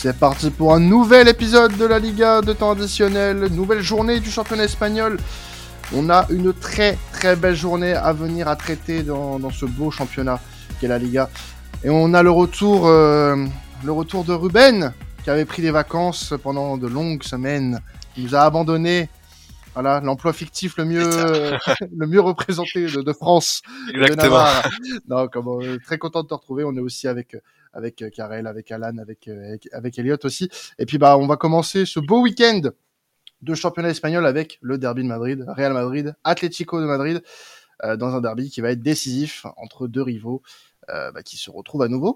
C'est parti pour un nouvel épisode de la Liga de temps additionnel, nouvelle journée du championnat espagnol. On a une très très belle journée à venir à traiter dans ce beau championnat qu'est la Liga. Et on a le retour de Ruben, qui avait pris des vacances pendant de longues semaines. Il nous a abandonné. Voilà, l'emploi fictif le mieux représenté de France. Exactement. Donc, très content de te retrouver. On est aussi avec Karel, avec Alan, avec Elliot aussi. Et puis, on va commencer ce beau week-end de championnat espagnol avec le derby de Madrid, Real Madrid, Atlético de Madrid, dans un derby qui va être décisif entre deux rivaux qui se retrouvent à nouveau.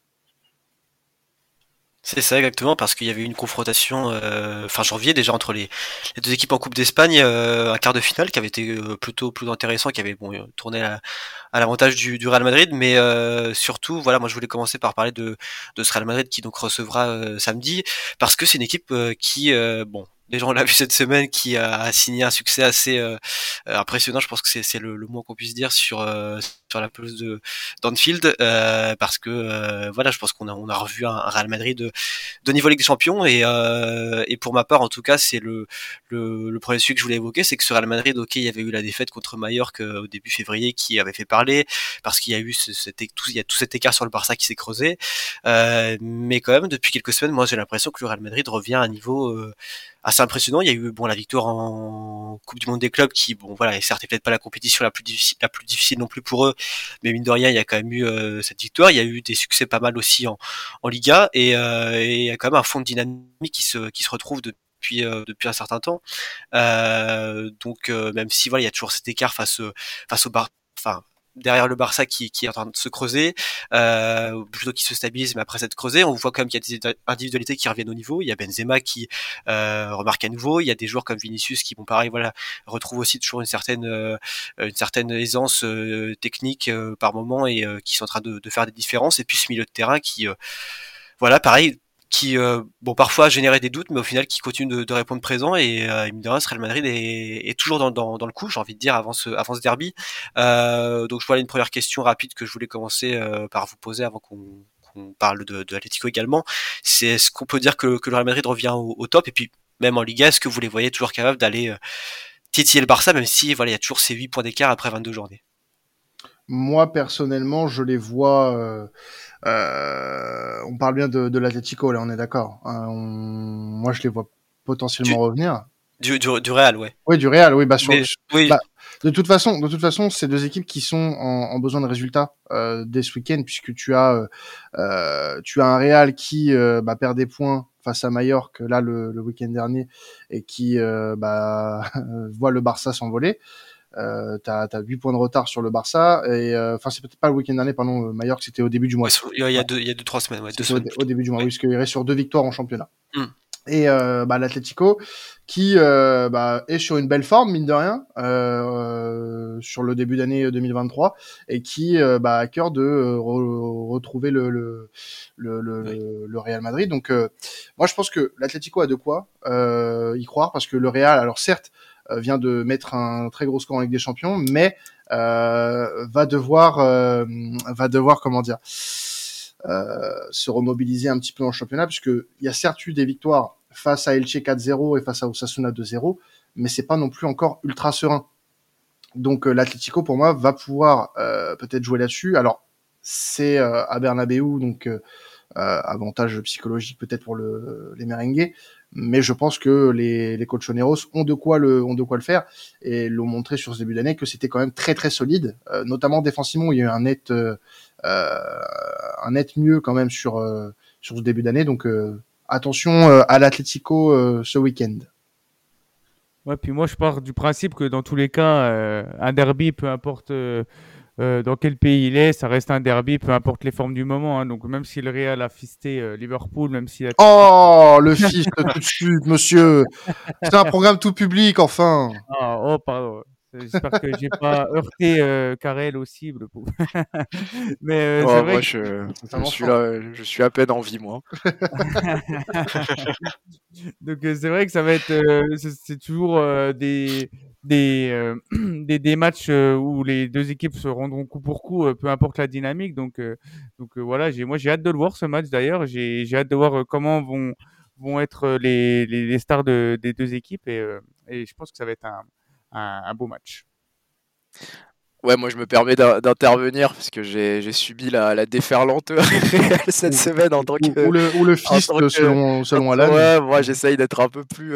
C'est ça exactement, parce qu'il y avait eu une confrontation fin janvier déjà entre les deux équipes en Coupe d'Espagne, un quart de finale qui avait été plutôt intéressant, qui avait tourné à l'avantage du Real Madrid, mais surtout voilà, moi je voulais commencer par parler de ce Real Madrid qui donc recevra samedi, parce que c'est une équipe qui déjà on l'a vu cette semaine, qui a signé un succès assez impressionnant, je pense que c'est le mot qu'on puisse dire sur la pelouse d'Anfield, parce que voilà, je pense qu'on a revu un Real Madrid de niveau Ligue des Champions, et pour ma part en tout cas, c'est le premier sujet que je voulais évoquer, c'est que ce Real Madrid, ok, il y avait eu la défaite contre Mallorca au début février qui avait fait parler, parce qu'il y a eu il y a tout cet écart sur le Barça qui s'est creusé, mais quand même depuis quelques semaines, moi j'ai l'impression que le Real Madrid revient à un niveau assez impressionnant. Il y a eu la victoire en Coupe du Monde des clubs qui voilà, est certes peut-être pas la compétition la plus difficile non plus pour eux, mais mine de rien il y a quand même eu cette victoire. Il y a eu des succès pas mal aussi en Liga, et il y a quand même un fond de dynamique qui se retrouve depuis un certain temps. Donc même si voilà, il y a toujours cet écart face au derrière le Barça qui est en train de se creuser, plutôt qui se stabilise, mais après s'être creusé, on voit quand même qu'il y a des individualités qui reviennent au niveau. Il y a Benzema qui remarque à nouveau, il y a des joueurs comme Vinicius qui, pareil, voilà, retrouvent aussi toujours une certaine aisance technique par moment, et qui sont en train de faire des différences. Et puis ce milieu de terrain qui voilà, pareil, qui parfois générait des doutes, mais au final qui continue de répondre présent, et mine de rien, ce Real Madrid est toujours dans le coup, j'ai envie de dire, avant ce derby. Donc voilà une première question rapide que je voulais commencer par vous poser avant qu'on parle de Atlético également. C'est, est-ce qu'on peut dire que le Real Madrid revient au top, et puis même en Liga, est-ce que vous les voyez toujours capables d'aller titiller le Barça, même si voilà, il y a toujours ces 8 points d'écart après 22 journées? Moi, personnellement, je les vois... on parle bien de l'Atlético, là, on est d'accord. Moi, je les vois potentiellement revenir. Du Real, ouais. Oui, du Real, oui. Oui. De toute façon, c'est deux équipes qui sont en besoin de résultats dès ce week-end, puisque tu as un Real qui perd des points face à Mallorca là le week-end dernier, et qui voit le Barça s'envoler. T'as 8 points de retard sur le Barça, et c'est peut-être pas le week-end dernier, pardon, Mallorca, c'était au début du mois. Il y a 2-3 semaines, ouais, 2 semaines. Au début du mois, oui, parce qu'il reste sur 2 victoires en championnat. Et l'Atlético qui est sur une belle forme, mine de rien, sur le début d'année 2023, et qui a à cœur de retrouver le Real Madrid. Donc moi je pense que l'Atlético a de quoi y croire, parce que le Real, alors certes, vient de mettre un très gros score en Ligue des Champions, mais va devoir comment dire, se remobiliser un petit peu en championnat, puisque il y a certes eu des victoires face à Elche 4-0 et face à Osasuna 2-0, mais c'est pas non plus encore ultra serein. Donc l'Atlético, pour moi, va pouvoir peut-être jouer là-dessus. Alors c'est à Bernabéu, donc avantage psychologique peut-être pour les merengues, mais je pense que les colchoneros ont de quoi le faire, et l'ont montré sur ce début d'année que c'était quand même très très solide, notamment défensivement. Il y a eu un net mieux quand même sur ce début d'année. Donc attention à l'Atlético ce week-end. Ouais, puis moi je pars du principe que dans tous les cas, un derby, peu importe dans quel pays il est, ça reste un derby, peu importe les formes du moment, hein. Donc même si le Real a fisté Liverpool, même si le fist tout de suite, monsieur. C'est un programme tout public, enfin. Oh, pardon. J'espère que j'ai pas heurté Karel aussi, le pauvre. Mais c'est vrai moi, je suis là, je suis à peine en vie, moi. Donc c'est vrai que ça va être, c'est toujours des des matchs où les deux équipes se rendront coup pour coup, peu importe la dynamique. Donc voilà, j'ai hâte de le voir ce match d'ailleurs. J'ai hâte de voir comment vont être les stars des deux équipes et je pense que ça va être un beau match. Ouais, moi je me permets d'intervenir parce que j'ai subi la déferlante réelle cette semaine en tant que ou le fist selon Alan. Ouais, moi j'essaye d'être un peu plus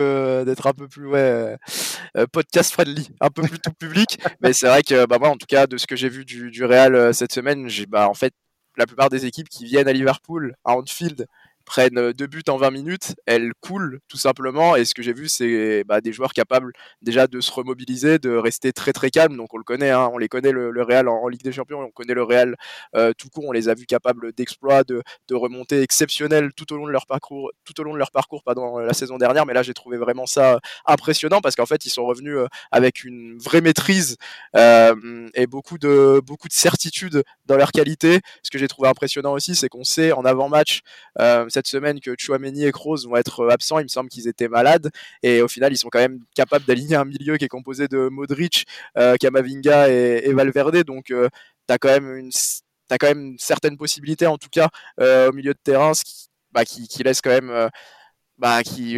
podcast friendly, un peu plus tout public, mais c'est vrai que moi en tout cas de ce que j'ai vu du Real cette semaine, j'ai en fait la plupart des équipes qui viennent à Liverpool à Anfield prennent 2 buts en 20 minutes, elles coulent tout simplement, et ce que j'ai vu c'est des joueurs capables déjà de se remobiliser, de rester très très calme. Donc on le connaît, on les connaît le Real en Ligue des Champions, on connaît le Real tout court, on les a vus capables d'exploits, de remontées exceptionnelles tout au long de leur parcours la saison dernière, mais là j'ai trouvé vraiment ça impressionnant parce qu'en fait ils sont revenus avec une vraie maîtrise et beaucoup de certitude dans leur qualité. Ce que j'ai trouvé impressionnant aussi, c'est qu'on sait en avant-match cette semaine que Tchouaméni et Kroos vont être absents. Il me semble qu'ils étaient malades et au final ils sont quand même capables d'aligner un milieu qui est composé de Modric, Camavinga et Valverde. Donc t'as quand même une certaine possibilité en tout cas au milieu de terrain, ce qui laisse quand même moi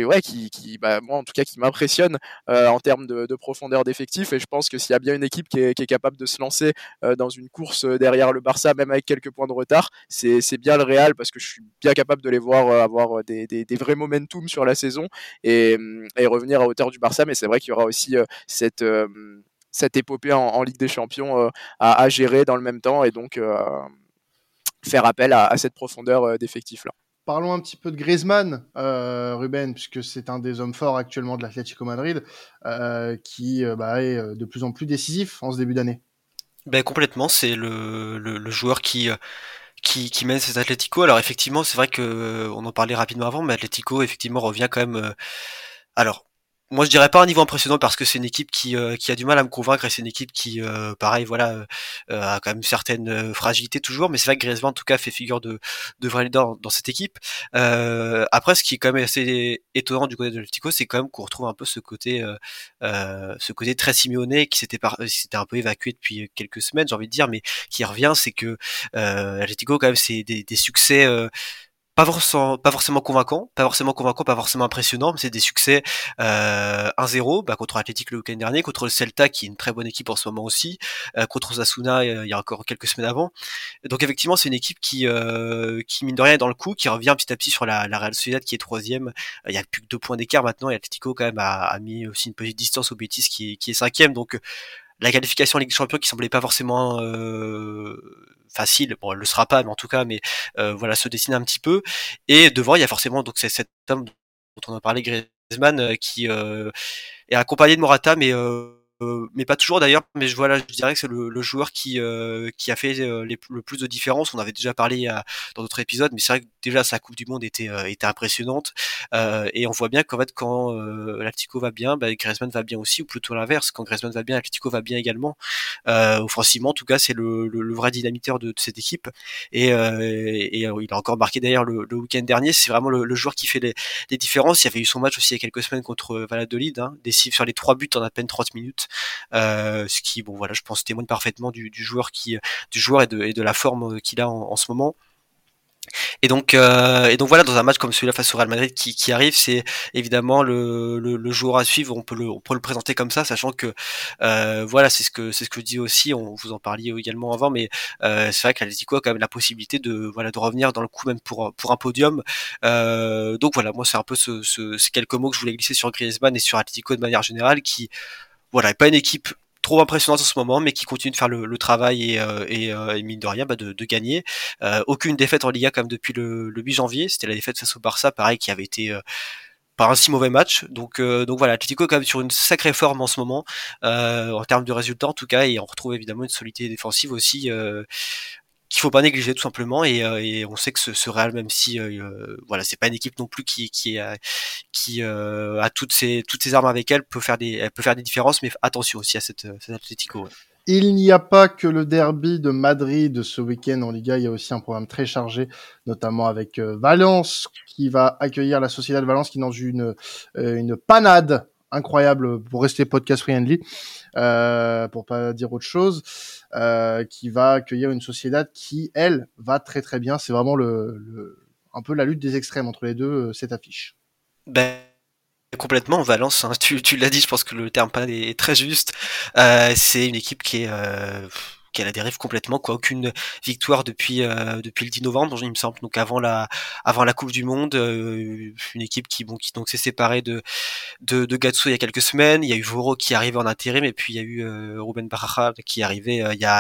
en tout cas qui m'impressionne en termes de profondeur d'effectif. Et je pense que s'il y a bien une équipe qui est capable de se lancer dans une course derrière le Barça, même avec quelques points de retard, c'est bien le Real, parce que je suis bien capable de les voir avoir des vrais momentum sur la saison et revenir à hauteur du Barça. Mais c'est vrai qu'il y aura aussi cette épopée en Ligue des Champions à gérer dans le même temps, et donc faire appel à cette profondeur d'effectif là. Parlons un petit peu de Griezmann, Ruben, puisque c'est un des hommes forts actuellement de l'Atlético Madrid, qui est de plus en plus décisif en ce début d'année. Complètement, c'est le joueur qui mène cet Atlético. Alors effectivement, c'est vrai que on en parlait rapidement avant, mais Atlético effectivement revient quand même. Alors, moi je dirais pas un niveau impressionnant parce que c'est une équipe qui a du mal à me convaincre, et c'est une équipe qui pareil a quand même une certaine fragilité toujours, mais c'est vrai que Griezmann en tout cas fait figure de vrai leader dans cette équipe. Après, ce qui est quand même assez étonnant du côté de l'Atlético, c'est quand même qu'on retrouve un peu ce côté très Simeone qui s'était un peu évacué depuis quelques semaines, j'ai envie de dire, mais qui revient. C'est que l'Atlético quand même c'est des succès pas forcément convaincant, pas forcément impressionnant, mais c'est des succès 1-0 contre l'Atlético le week-end dernier, contre le Celta qui est une très bonne équipe en ce moment aussi, contre Osasuna il y a encore quelques semaines avant. Donc effectivement c'est une équipe qui mine de rien est dans le coup, qui revient petit à petit sur la Real Sociedad qui est troisième. Il y a plus que 2 points d'écart maintenant, et l'Atlético quand même a mis aussi une petite distance au Betis qui est cinquième. Donc la qualification en Ligue des Champions qui semblait pas forcément facile, bon elle le sera pas, mais en tout cas, se dessine un petit peu. Et devant il y a forcément donc c'est cet homme dont on a parlé, Griezmann, qui est accompagné de Morata, mais pas toujours d'ailleurs. Mais je dirais que c'est le joueur qui a fait le plus de différence. On avait déjà parlé dans d'autres épisodes, mais c'est vrai que déjà sa Coupe du Monde était impressionnante, et on voit bien qu'en fait quand l'Atlético va bien, Griezmann va bien aussi, ou plutôt l'inverse, quand Griezmann va bien, l'Atlético va bien également. Offensivement en tout cas, c'est le vrai dynamiteur de cette équipe, et il a encore marqué d'ailleurs le week-end dernier. C'est vraiment le joueur qui fait les différences. Il y avait eu son match aussi il y a quelques semaines contre Valladolid, décisif sur les 3 buts en à peine 30 minutes. Ce qui, je pense témoigne parfaitement du joueur et de la forme qu'il a en ce moment. Et donc voilà, dans un match comme celui-là face au Real Madrid qui arrive, c'est évidemment le joueur à suivre. On peut le présenter comme ça, sachant que c'est ce que je dis aussi. On vous en parliez également avant, mais c'est vrai qu'Atlético a quand même la possibilité de revenir dans le coup même pour un podium. Donc voilà, moi c'est un peu ces quelques mots que je voulais glisser sur Griezmann et sur Atlético de manière générale, qui pas une équipe trop impressionnante en ce moment, mais qui continue de faire le travail et mine de rien de gagner. Aucune défaite en Liga comme depuis le 8 janvier. C'était la défaite face au Barça, pareil, qui avait été pas un si mauvais match. Donc voilà, Atlético est quand même sur une sacrée forme en ce moment, en termes de résultats en tout cas, et on retrouve évidemment une solidité défensive aussi qu'il faut pas négliger tout simplement. Et on sait que ce Real, même si c'est pas une équipe non plus qui a toutes ses armes avec elle, peut faire des différences, mais attention aussi à cet Atlético. Ouais. Il n'y a pas que le derby de Madrid ce week-end en Liga, il y a aussi un programme très chargé, notamment avec Valence qui va accueillir la Sociedad de Valence, qui est dans une panade incroyable pour rester podcast friendly, pour pas dire autre chose, qui va accueillir une Sociedad qui, elle, va très très bien. C'est vraiment un peu la lutte des extrêmes entre les deux, cette affiche. Ben, complètement, Valence, hein, tu l'as dit, je pense que le terme panade est très juste. C'est une équipe qui est qui a la dérive complètement, quoi. Aucune victoire depuis le 10 novembre, il me semble. Donc avant la Coupe du Monde, une équipe qui donc s'est séparée de Gattuso il y a quelques semaines. Il y a eu Voro qui arrivait en intérim, et puis il y a eu Ruben Baraja qui est arrivé il y a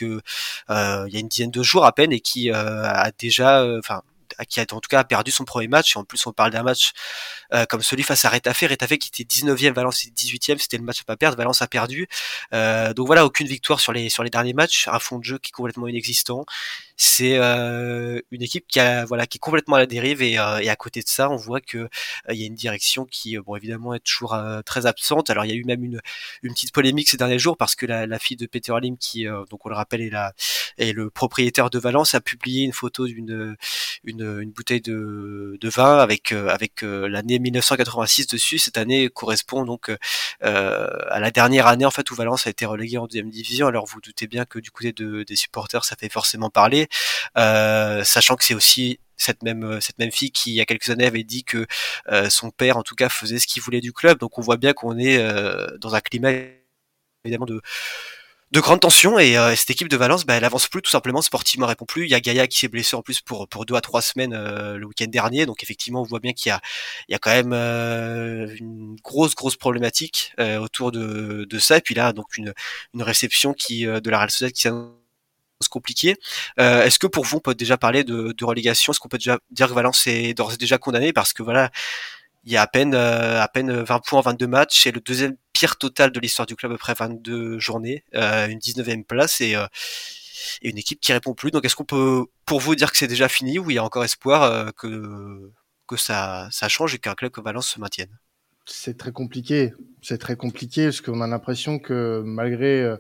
une dizaine de jours à peine, et qui a déjà qui a en tout cas perdu son premier match. Et en plus on parle d'un match comme celui face à Retafe qui était 19e, Valence était 18e, c'était le match à pas perdre, Valence a perdu. Donc voilà, aucune victoire sur les derniers matchs, un fond de jeu qui est complètement inexistant. C'est une équipe qui est complètement à la dérive, et à côté de ça, on voit que il y a une direction qui évidemment est toujours très absente. Alors il y a eu même une petite polémique ces derniers jours, parce que la fille de Peter Lim, qui donc on le rappelle est le propriétaire de Valence, a publié une photo d'une bouteille de vin avec l'année 1986 dessus. Cette année correspond donc à la dernière année en fait où Valence a été relégué en deuxième division. Alors vous doutez bien que du côté des supporters, ça fait forcément parler, sachant que c'est aussi cette même fille qui il y a quelques années avait dit que son père en tout cas faisait ce qu'il voulait du club. Donc on voit bien qu'on est dans un climat évidemment de grande tension, et cette équipe de Valence, elle avance plus, tout simplement, sportivement répond plus. Il y a Gaïa qui s'est blessé en plus pour 2 à 3 semaines le week-end dernier, donc effectivement on voit bien qu'il y a quand même une grosse problématique autour de ça. Et puis là donc une réception qui de la Real Sociedad qui s'annonce compliquée. Est-ce que pour vous on peut déjà parler de relégation? Est-ce qu'on peut déjà dire que Valence est d'ores et déjà condamné? Parce que voilà, il y a à peine 20 points en 22 matchs, c'est le deuxième pire total de l'histoire du club après 22 journées, une 19e place, et une équipe qui répond plus. Donc est-ce qu'on peut pour vous dire que c'est déjà fini, ou il y a encore espoir que ça change et qu'un club comme Valence se maintienne? C'est très compliqué, parce qu'on a l'impression que malgré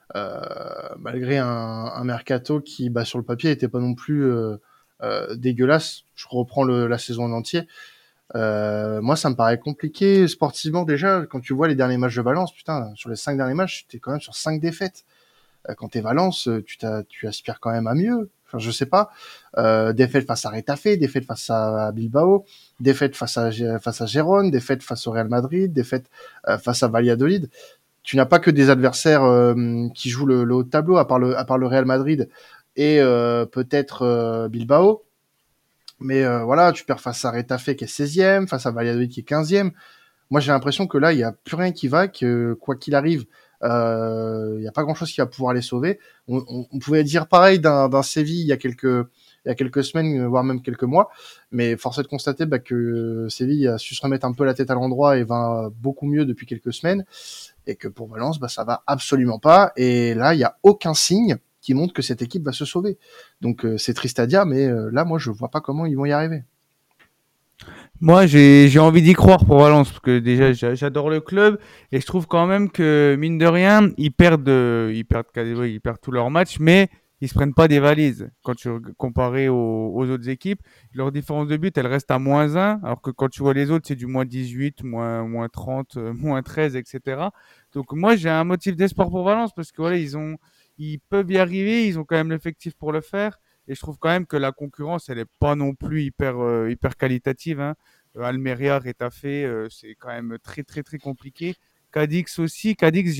un mercato qui, sur le papier, était pas non plus dégueulasse. Je reprends la saison en entier. Moi, ça me paraît compliqué sportivement déjà. Quand tu vois les derniers matchs de Valence, putain, sur les 5 derniers matchs, t'es quand même sur 5 défaites. Quand t'es Valence, tu aspires quand même à mieux. Enfin, je sais pas. Défaite face à Retafe, défaite face à Bilbao, défaite face à Gérone, défaite face au Real Madrid, défaite face à Valladolid. Tu n'as pas que des adversaires qui jouent le haut de tableau, à part le Real Madrid et peut-être Bilbao. Mais voilà, tu perds face à Retafe qui est 16e, face à Valladolid qui est 15e. Moi, j'ai l'impression que là, il y a plus rien qui va, que quoi qu'il arrive, il y a pas grand-chose qui va pouvoir les sauver. On pouvait dire pareil d'un Séville il y a quelques semaines, voire même quelques mois, mais force est de constater que Séville a su se remettre un peu la tête à l'endroit et va beaucoup mieux depuis quelques semaines, et que pour Valence, ça va absolument pas. Et là, il y a aucun signe qui montre que cette équipe va se sauver. Donc c'est triste à dire, mais là, moi, je vois pas comment ils vont y arriver. Moi, j'ai envie d'y croire pour Valence, parce que déjà, j'adore le club, et je trouve quand même que, mine de rien, ils perdent tous leurs matchs, mais ils se prennent pas des valises. Quand tu compares aux autres équipes, leur différence de but, elle reste à -1, alors que quand tu vois les autres, c'est du -18, moins 30, -13, etc. Donc moi, j'ai un motif d'espoir pour Valence, parce que voilà, ils peuvent y arriver, ils ont quand même l'effectif pour le faire. Et je trouve quand même que la concurrence, elle est pas non plus hyper qualitative, hein. Almeria, Retafe, c'est quand même très très très compliqué. Cadix aussi. Cadix,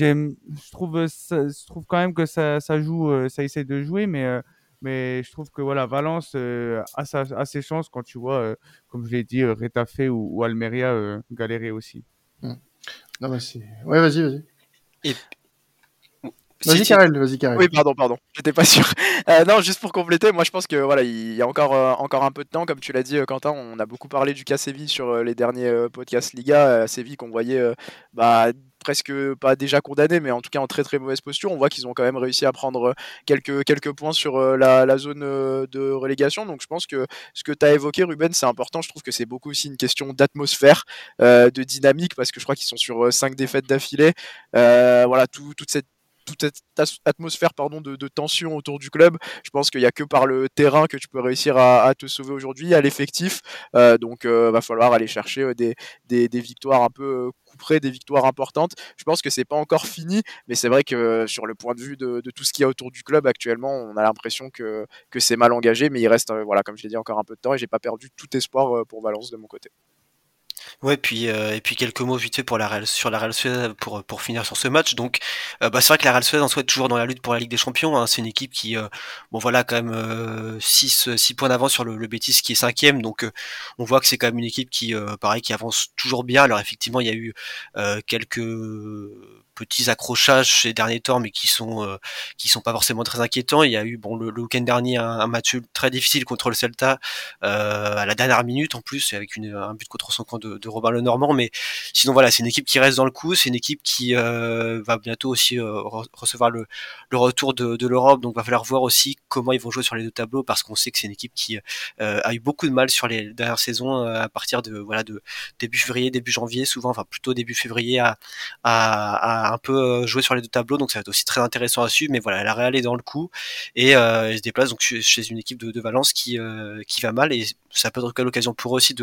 je trouve quand même que ça joue, ça essaie de jouer, mais je trouve que voilà, Valence a ses chances quand tu vois, comme je l'ai dit, Retafe ou Almeria galérer aussi. Non, mais c'est. Ouais, vas-y. Et Vas-y, Karel, vas-y, Karel. Oui, pardon, j'étais pas sûr. Non, juste pour compléter, moi je pense que voilà, il y a encore un peu de temps, comme tu l'as dit, Quentin. On a beaucoup parlé du cas Séville sur les derniers podcasts Liga. Séville qu'on voyait presque pas déjà condamné, mais en tout cas en très très mauvaise posture. On voit qu'ils ont quand même réussi à prendre quelques points sur la zone de relégation. Donc je pense que ce que tu as évoqué, Ruben, c'est important. Je trouve que c'est beaucoup aussi une question d'atmosphère, de dynamique, parce que je crois qu'ils sont sur 5 défaites d'affilée. Voilà, toute cette atmosphère de tension autour du club. Je pense qu'il n'y a que par le terrain que tu peux réussir à te sauver aujourd'hui, à l'effectif. Donc va falloir aller chercher des victoires un peu coup près des victoires importantes. Je pense que c'est pas encore fini, mais c'est vrai que sur le point de vue de tout ce qu'il y a autour du club actuellement, on a l'impression que c'est mal engagé, mais il reste, voilà, comme je l'ai dit, encore un peu de temps et j'ai pas perdu tout espoir pour Valence de mon côté. Ouais, puis et puis quelques mots vite fait pour sur la Real Sociedad pour finir sur ce match. Donc, c'est vrai que la Real Sociedad en soit est toujours dans la lutte pour la Ligue des Champions. Hein. C'est une équipe qui, bon voilà, quand même 6 points d'avance sur le Betis qui est cinquième. Donc, on voit que c'est quand même une équipe qui, pareil, qui avance toujours bien. Alors effectivement, il y a eu quelques petits accrochages ces derniers temps, mais qui sont pas forcément très inquiétants. Il y a eu le week-end dernier un match très difficile contre le Celta à la dernière minute en plus, avec un but contre son camp de Robin Lenormand. Mais sinon voilà, c'est une équipe qui reste dans le coup, c'est une équipe qui va bientôt aussi recevoir le retour de l'Europe, donc va falloir voir aussi comment ils vont jouer sur les deux tableaux, parce qu'on sait que c'est une équipe qui a eu beaucoup de mal sur les dernières saisons à partir de début février, début janvier, souvent, enfin plutôt début février à un peu jouer sur les deux tableaux, donc ça va être aussi très intéressant à suivre. Mais voilà, la Real est dans le coup et il se déplace donc chez une équipe de Valence qui va mal, et ça peut être l'occasion pour eux aussi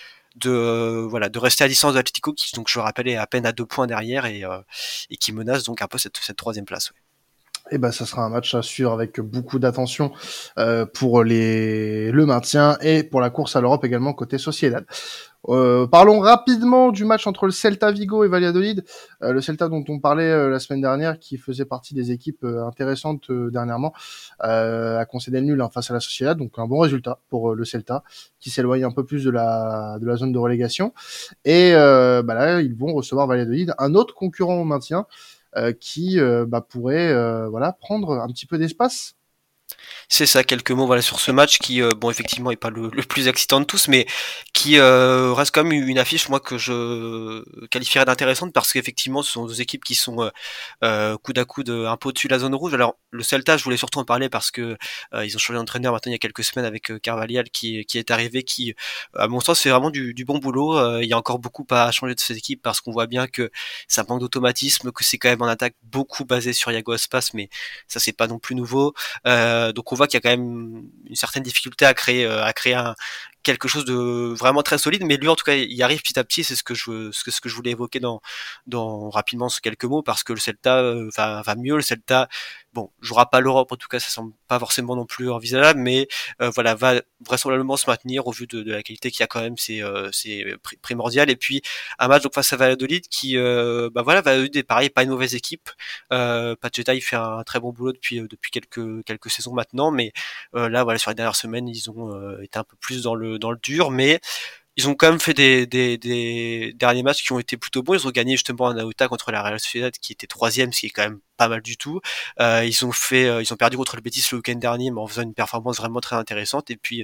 de rester à distance de l'Atlético, qui, donc je le rappelle, est à peine à 2 points derrière et qui menace donc un peu cette troisième place. Ouais. Et ben, ça sera un match à suivre avec beaucoup d'attention pour le maintien et pour la course à l'Europe également côté Sociedad. Parlons rapidement du match entre le Celta Vigo et Valladolid. Le Celta dont on parlait la semaine dernière, qui faisait partie des équipes intéressantes dernièrement, a concédé le nul face à la Sociedad, donc un bon résultat pour le Celta, qui s'éloigne un peu plus de la zone de relégation. Et là, ils vont recevoir Valladolid, un autre concurrent au maintien, qui pourrait prendre un petit peu d'espace. C'est ça, quelques mots voilà sur ce match qui, effectivement, est pas le plus excitant de tous, mais qui reste quand même une affiche, moi, que je qualifierais d'intéressante, parce qu'effectivement, ce sont deux équipes qui sont coude à coude, un peu au-dessus de la zone rouge. Alors, le Celta, je voulais surtout en parler parce que ils ont changé d'entraîneur maintenant il y a quelques semaines avec Carvalhal qui est arrivé, qui, à mon sens, fait vraiment du bon boulot. Il y a encore beaucoup à changer de cette équipe, parce qu'on voit bien que ça manque d'automatisme, que c'est quand même en attaque beaucoup basé sur Iago Aspas, mais ça, c'est pas non plus nouveau. Donc on voit qu'il y a quand même une certaine difficulté à créer quelque chose de vraiment très solide, mais lui en tout cas il arrive petit à petit. C'est ce que je voulais évoquer dans rapidement ces quelques mots, parce que le Celta va mieux. Le Celta, bon, jouera pas l'Europe, en tout cas ça semble pas forcément non plus envisageable, mais va vraisemblablement se maintenir au vu de la qualité qu'il y a quand même. C'est primordial. Et puis un match donc face à Valladolid qui Valladolid est pareil, pas une mauvaise équipe. Pacheta, il fait un très bon boulot depuis quelques saisons maintenant, mais là voilà, sur les dernières semaines ils ont été un peu plus dans le dur, mais ils ont quand même fait des derniers matchs qui ont été plutôt bons. Ils ont gagné justement un Nauta contre la Real Sociedad, qui était troisième, ce qui est quand même pas mal du tout. Ils ont perdu contre le Betis le week-end dernier, mais en faisant une performance vraiment très intéressante. Et puis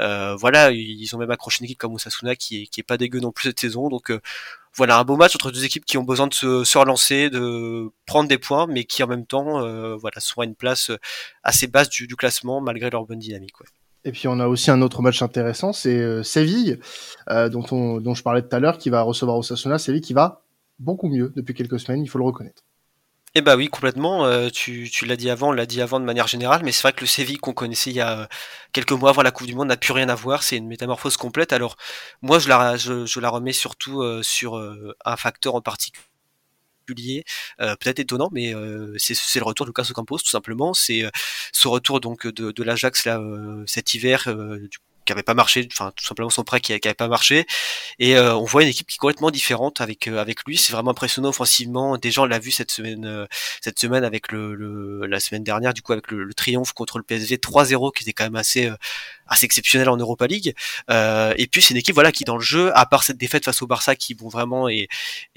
ils ont même accroché une équipe comme Osasuna qui est pas dégueu non plus cette saison. Donc voilà, un beau match entre deux équipes qui ont besoin de se relancer, de prendre des points, mais qui en même temps sont à une place assez basse du classement malgré leur bonne dynamique. Ouais. Et puis on a aussi un autre match intéressant, c'est Séville, dont je parlais tout à l'heure, qui va recevoir Osasuna. Séville qui va beaucoup mieux depuis quelques semaines, il faut le reconnaître. Eh bah oui, complètement. Tu l'as dit avant, on l'a dit avant de manière générale, mais c'est vrai que le Séville qu'on connaissait il y a quelques mois avant la Coupe du Monde n'a plus rien à voir. C'est une métamorphose complète. Alors moi, je la remets surtout sur un facteur en particulier. Peut-être étonnant, mais c'est le retour de Lucas Ocampos, tout simplement. C'est ce retour donc de l'Ajax là cet hiver, qui avait pas marché, enfin tout simplement son prêt qui avait pas marché, et on voit une équipe qui est complètement différente avec lui. C'est vraiment impressionnant offensivement. Déjà on l'a vu cette semaine avec la semaine dernière, du coup, avec le triomphe contre le PSG 3-0, qui était quand même assez exceptionnel en Europa League. Et puis c'est une équipe voilà qui dans le jeu, à part cette défaite face au Barça qui vraiment est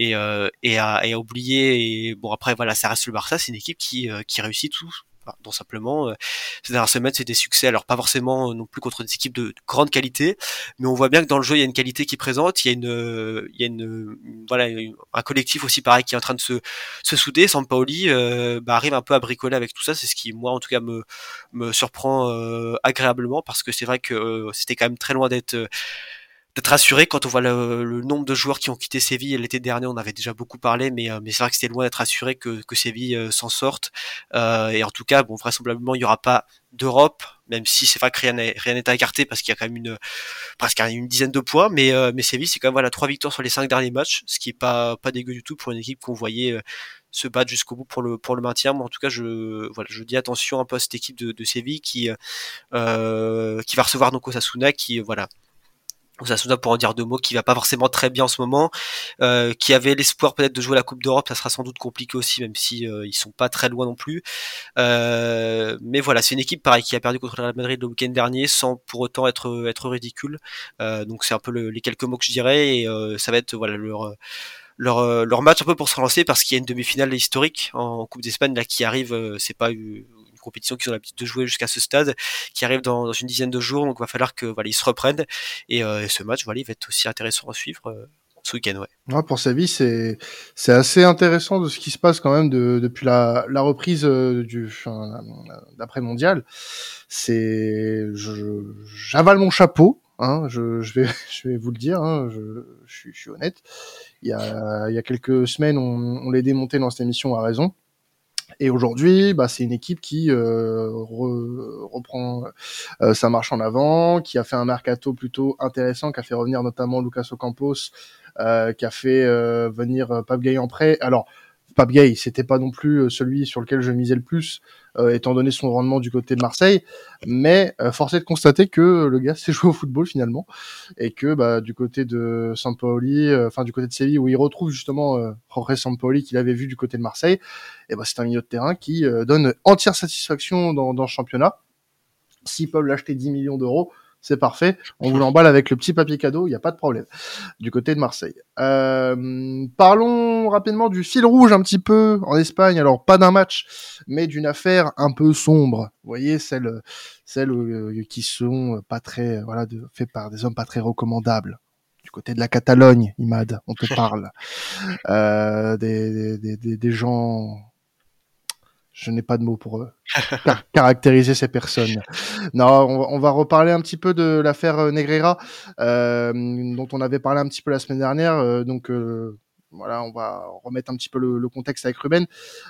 à oublier, et bon après voilà, ça reste le Barça. C'est une équipe qui réussit tout. Donc simplement ces dernières semaines c'est des succès, alors pas forcément non plus contre des équipes de grande qualité, mais on voit bien que dans le jeu il y a une qualité qui est présente. Il y a un collectif aussi pareil qui est en train de se souder. Sampaoli arrive un peu à bricoler avec tout ça. C'est ce qui moi en tout cas me surprend agréablement, parce que c'est vrai que c'était quand même très loin d'être d'être rassuré quand on voit le nombre de joueurs qui ont quitté Séville l'été dernier. On avait déjà beaucoup parlé, mais c'est vrai que c'était loin d'être assuré que Séville s'en sorte. Et en tout cas, bon, vraisemblablement, il n'y aura pas d'Europe, même si c'est vrai que rien n'est à écarter parce qu'il y a quand même presque une dizaine de points, mais Séville, c'est quand même voilà 3 victoires sur les 5 derniers matchs, ce qui est pas dégueu du tout pour une équipe qu'on voyait se battre jusqu'au bout pour le maintien. Moi, en tout cas, je dis attention un peu à cette équipe de Séville qui va recevoir donc Osasuna, qui voilà. Osasuna, pour en dire deux mots, qui va pas forcément très bien en ce moment, qui avait l'espoir peut-être de jouer la Coupe d'Europe. Ça sera sans doute compliqué aussi, même si ils sont pas très loin non plus. Mais voilà, c'est une équipe pareil qui a perdu contre le Real Madrid le week-end dernier sans pour autant être ridicule. Donc c'est un peu les quelques mots que je dirais, et ça va être voilà leur match un peu pour se relancer, parce qu'il y a une demi-finale historique en Coupe d'Espagne là qui arrive. C'est pas une compétition qu'ils ont l'habitude de jouer jusqu'à ce stade, qui arrive dans une dizaine de jours, donc il va falloir que voilà ils se reprennent, et ce match voilà il va être aussi intéressant à suivre ce week-end. Ouais, pour Séville, c'est assez intéressant de ce qui se passe quand même depuis la reprise d'après mondial. J'avale mon chapeau. Hein, je vais vous le dire. Hein, je suis honnête. Il y a quelques semaines, on les démontait dans cette émission à raison. Et aujourd'hui, c'est une équipe qui reprend sa marche en avant, qui a fait un mercato plutôt intéressant, qui a fait revenir notamment Lucas Ocampos, qui a fait venir Pape Gueye en prêt. Alors, Pape Gueye, c'était pas non plus celui sur lequel je misais le plus, étant donné son rendement du côté de Marseille, mais force est de constater que le gars sait jouer au football finalement, et que du côté de Sampaoli, du côté de Séville, où il retrouve justement Jorge Sampaoli qu'il avait vu du côté de Marseille, et c'est un milieu de terrain qui donne entière satisfaction dans ce championnat. S'ils peuvent l'acheter 10 millions d'euros, c'est parfait. On vous l'emballe avec le petit papier cadeau, il n'y a pas de problème. Du côté de Marseille. Parlons rapidement du fil rouge un petit peu en Espagne. Alors, pas d'un match, mais d'une affaire un peu sombre. Vous voyez, celles qui sont pas très, fait par des hommes pas très recommandables. Du côté de la Catalogne, Imad, on te parle. Des gens... Je n'ai pas de mots pour caractériser ces personnes. Non, on va reparler un petit peu de l'affaire Negreira, dont on avait parlé un petit peu la semaine dernière. Voilà, on va remettre un petit peu le contexte avec Ruben.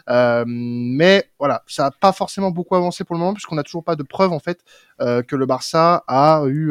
Mais voilà, ça n'a pas forcément beaucoup avancé pour le moment, puisqu'on n'a toujours pas de preuves en fait que le Barça a eu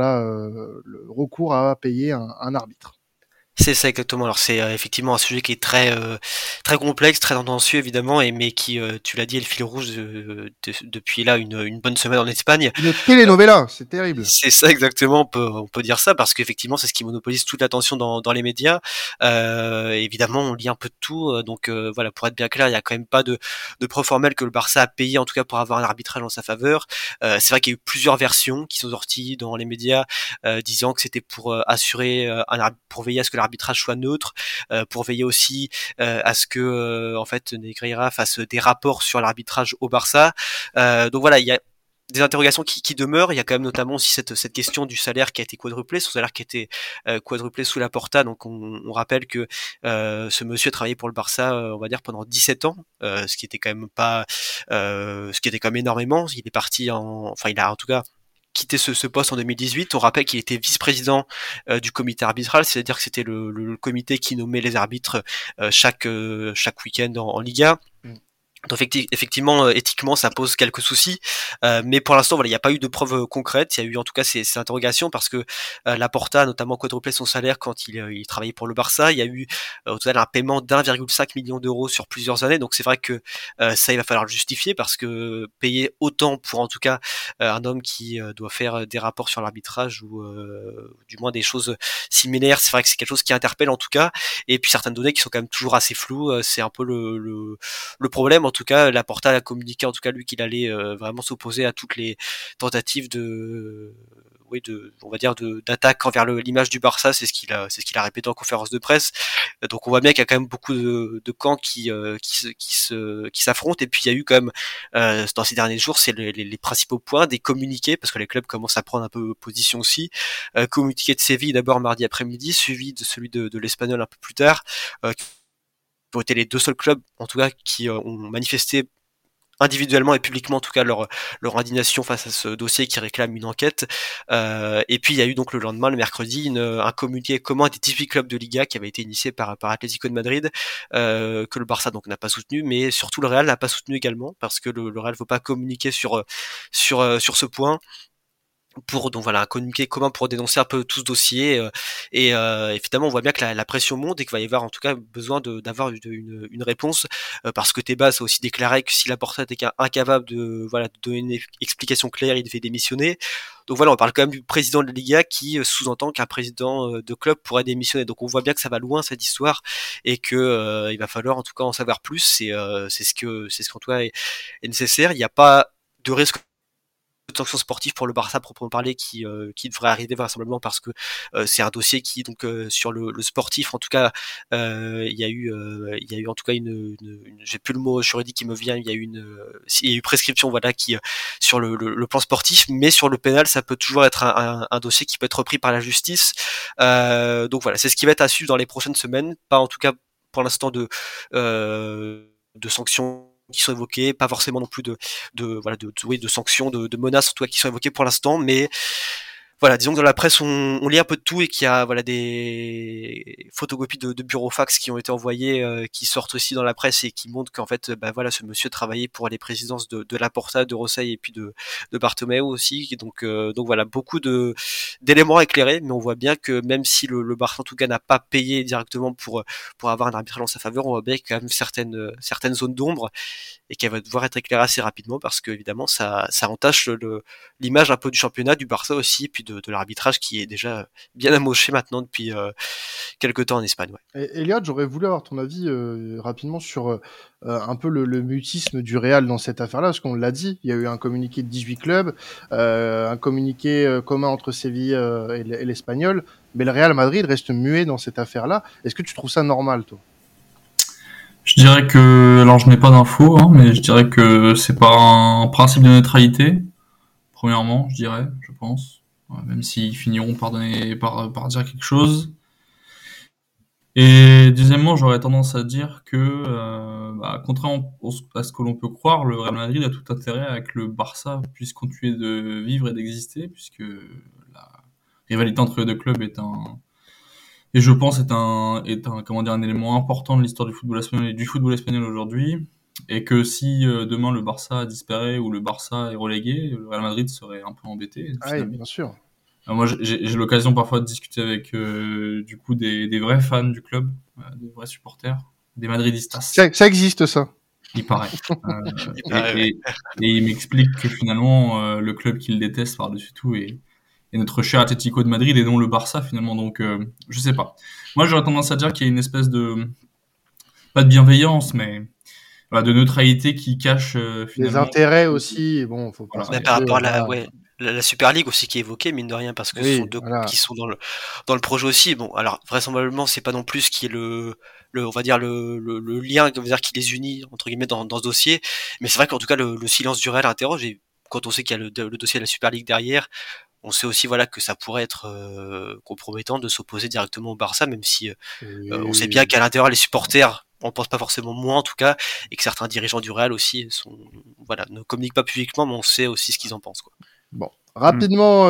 le recours à payer un arbitre. C'est ça exactement. Alors c'est effectivement un sujet qui est très complexe, très tendancieux évidemment, mais qui, tu l'as dit, est le fil rouge depuis là une bonne semaine en Espagne. Une telenovela, c'est terrible. C'est ça exactement. On peut dire ça parce qu'effectivement c'est ce qui monopolise toute l'attention dans les médias. Évidemment on lit un peu de tout, donc voilà, pour être bien clair, il y a quand même pas de preuve formelle que le Barça a payé en tout cas pour avoir un arbitrage en sa faveur. C'est vrai qu'il y a eu plusieurs versions qui sont sorties dans les médias disant que c'était pour assurer pour veiller à ce que l'arbitrage soit neutre, pour veiller aussi à ce que en fait Negreira fasse des rapports sur l'arbitrage au Barça. Donc voilà, il y a des interrogations qui demeurent. Il y a quand même notamment aussi cette question du salaire qui a été quadruplé, son salaire qui a été quadruplé sous la Porta. Donc on rappelle que ce monsieur a travaillé pour le Barça, on va dire pendant 17 ans, ce qui était quand même pas, ce qui était quand même énormément. Il est parti il a en tout cas quitté ce poste en 2018. On rappelle qu'il était vice-président du comité arbitral, c'est-à-dire que c'était le comité qui nommait les arbitres chaque week-end en Liga. Donc effectivement, éthiquement, ça pose quelques soucis, mais pour l'instant, voilà, il n'y a pas eu de preuves concrètes. Il y a eu en tout cas ces interrogations parce que Laporta a notamment quadruplé son salaire quand il travaillait pour le Barça. Il y a eu au total un paiement d'1,5 million d'euros sur plusieurs années. Donc c'est vrai que ça, il va falloir le justifier parce que payer autant pour en tout cas un homme qui doit faire des rapports sur l'arbitrage ou du moins des choses similaires, c'est vrai que c'est quelque chose qui interpelle en tout cas. Et puis certaines données qui sont quand même toujours assez floues, c'est un peu le problème. En tout cas, Laporta a communiqué, en tout cas lui, qu'il allait vraiment s'opposer à toutes les tentatives on va dire d'attaque envers l'image du Barça. C'est ce qu'il a répété en conférence de presse. Donc on voit bien qu'il y a quand même beaucoup de camps qui s'affrontent. Et puis il y a eu quand même dans ces derniers jours, c'est les principaux points des communiqués, parce que les clubs commencent à prendre un peu position aussi. Communiqué de Séville d'abord mardi après-midi, suivi de celui de l'Espagnol un peu plus tard. Qui ont été les deux seuls clubs, en tout cas, qui ont manifesté individuellement et publiquement en tout cas leur indignation face à ce dossier qui réclame une enquête. Et puis il y a eu donc le lendemain, le mercredi, un communiqué commun des 18 clubs de Liga qui avait été initié par Atlético de Madrid, que le Barça donc n'a pas soutenu, mais surtout le Real n'a pas soutenu également parce que le Real ne veut pas communiquer sur ce point. Donc voilà, un communiqué commun pour dénoncer un peu tout ce dossier, et évidemment on voit bien que la pression monte et qu'il va y avoir en tout cas besoin d'avoir une réponse, parce que Tebas a aussi déclaré que si Laporta était incapable de donner une explication claire, il devait démissionner. Donc voilà, on parle quand même du président de la Liga qui sous-entend qu'un président de club pourrait démissionner. Donc on voit bien que ça va loin cette histoire et que il va falloir en tout cas en savoir plus. C'est ce qu'en tout cas est nécessaire. Il n'y a pas de risque de sanctions sportives pour le Barça proprement parler qui devrait arriver vraisemblablement parce que c'est un dossier qui donc sur le sportif en tout cas il y a eu en tout cas une j'ai plus le mot juridique qui me vient, il y a eu prescription voilà qui sur le plan sportif, mais sur le pénal ça peut toujours être un dossier qui peut être repris par la justice, donc voilà, c'est ce qui va être à suivre dans les prochaines semaines, pas en tout cas pour l'instant de sanctions qui sont évoquées, pas forcément non plus de sanctions, de menaces en tout cas qui sont évoquées pour l'instant, mais voilà, disons que dans la presse on lit un peu de tout et qu'il y a des photocopies de burofax qui ont été envoyées, qui sortent aussi dans la presse et qui montrent qu'en fait ce monsieur travaillait pour les présidences de Laporta, de Rosell et puis de Bartomeu aussi, et donc voilà, beaucoup d'éléments éclairés, mais on voit bien que même si le Barça en tout cas n'a pas payé directement pour avoir un arbitrage en sa faveur, on voit bien qu'il y a quand même certaines zones d'ombre et qu'elle va devoir être éclairée assez rapidement parce que évidemment ça entache l'image un peu du championnat, du Barça aussi, et puis de l'arbitrage qui est déjà bien amoché maintenant depuis quelques temps en Espagne. Ouais. Et Elliot, j'aurais voulu avoir ton avis rapidement sur un peu le mutisme du Real dans cette affaire-là, parce qu'on l'a dit, il y a eu un communiqué de 18 clubs, un communiqué commun entre Séville et l'Espagnol, mais le Real Madrid reste muet dans cette affaire-là. Est-ce que tu trouves ça normal, toi ? Je dirais que, alors je n'ai pas d'infos, hein, mais je dirais que c'est pas un principe de neutralité. Premièrement, je dirais, je pense, ouais, même s'ils finiront par dire quelque chose. Et deuxièmement, j'aurais tendance à dire que, contrairement à ce que l'on peut croire, le Real Madrid a tout intérêt à que le Barça puisse continuer de vivre et d'exister, puisque la rivalité entre les deux clubs est un élément important de l'histoire du football espagnol aujourd'hui, et que si demain le Barça disparaît ou le Barça est relégué, le Real Madrid serait un peu embêté. Oui, bien sûr. Moi, j'ai l'occasion parfois de discuter avec du coup des vrais fans du club, des vrais supporters, des madridistas. Ça existe, ça. Il paraît. Et il m'explique que finalement le club qu'il déteste par-dessus tout est notre cher Atlético de Madrid et non le Barça finalement. Donc je sais pas. Moi, j'aurais tendance à dire qu'il y a une espèce de, pas de bienveillance, mais voilà, de neutralité qui cache finalement des intérêts aussi. Bon, faut pas. Voilà. Par rapport à la Super League aussi qui est évoquée, mine de rien, parce que ce sont deux qui sont dans le projet aussi. Bon, alors vraisemblablement c'est pas non plus ce qui est on va dire le lien, on va dire, qui les unit entre guillemets dans ce dossier, mais c'est vrai qu'en tout cas le silence du Real interroge, et quand on sait qu'il y a le dossier de la Super League derrière, on sait aussi voilà que ça pourrait être compromettant de s'opposer directement au Barça, même si on sait bien qu'à l'intérieur les supporters on pense pas forcément moins en tout cas, et que certains dirigeants du Real aussi ne communiquent pas publiquement, mais on sait aussi ce qu'ils en pensent, quoi. Bon, rapidement,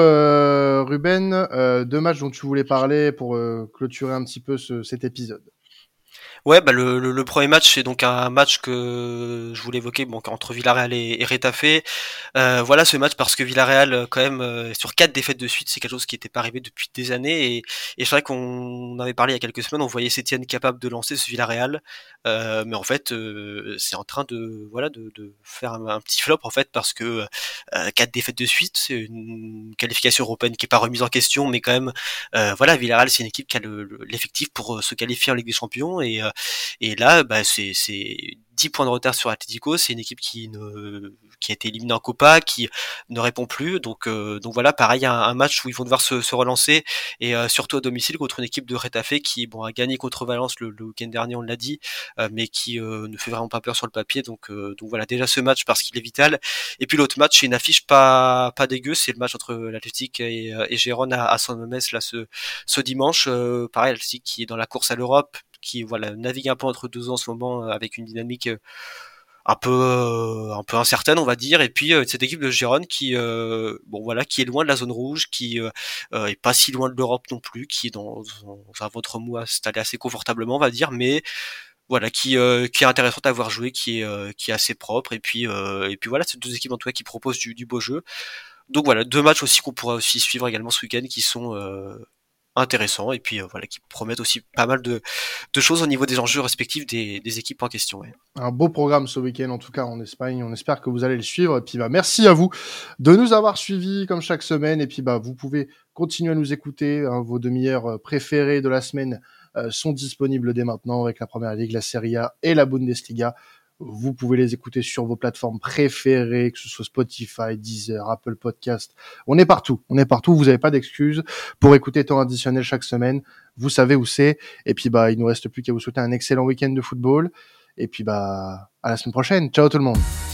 Ruben, deux matchs dont tu voulais parler pour clôturer un petit peu cet épisode. Ouais, le premier match, c'est donc un match que je voulais évoquer, entre Villarreal et Retafe. Voilà ce match parce que Villarreal, quand même, sur 4 défaites de suite, c'est quelque chose qui n'était pas arrivé depuis des années. Et c'est vrai qu'on avait parlé il y a quelques semaines, on voyait Sétienne capable de lancer ce Villarreal, mais en fait, c'est en train de faire un petit flop en fait, parce que 4 défaites de suite, c'est une qualification européenne qui est pas remise en question, mais quand même, Villarreal, c'est une équipe qui a l'effectif pour se qualifier en Ligue des Champions, et là, c'est 10 points de retard sur Atlético. C'est une équipe qui a été éliminée en Copa, qui ne répond plus. Donc voilà, pareil, un match où ils vont devoir se relancer, et surtout à domicile contre une équipe de Retafe qui a gagné contre Valence le week-end dernier, on l'a dit, mais qui ne fait vraiment pas peur sur le papier. Donc voilà, déjà ce match parce qu'il est vital. Et puis l'autre match, c'est une affiche pas dégueu, c'est le match entre l'Athletic et Gérone à San Mamés là ce dimanche. Pareil, l'Athletic qui est dans la course à l'Europe, qui navigue un peu entre deux eaux en ce moment, avec une dynamique un peu incertaine, on va dire. Et puis cette équipe de Gérone qui qui est loin de la zone rouge, qui est pas si loin de l'Europe non plus, qui est dans un ventre mou installé assez confortablement, on va dire, mais voilà, qui est intéressante à avoir joué, qui est assez propre. Et puis voilà, c'est deux équipes en tout cas qui proposent du beau jeu. Donc voilà, deux matchs aussi qu'on pourra aussi suivre également ce week-end qui sont intéressants et puis voilà, qui promettent aussi pas mal de choses au niveau des enjeux respectifs des équipes en question. Ouais. Un beau programme ce week-end en tout cas en Espagne. On espère que vous allez le suivre. Et puis merci à vous de nous avoir suivis comme chaque semaine. Et puis vous pouvez continuer à nous écouter. Hein, vos demi-heures préférées de la semaine sont disponibles dès maintenant avec la Première Ligue, la Serie A et la Bundesliga. Vous pouvez les écouter sur vos plateformes préférées, que ce soit Spotify, Deezer, Apple Podcast. On est partout. Vous n'avez pas d'excuses pour écouter Temps Additionnel chaque semaine. Vous savez où c'est. Et puis il nous reste plus qu'à vous souhaiter un excellent week-end de football. Et puis à la semaine prochaine. Ciao tout le monde.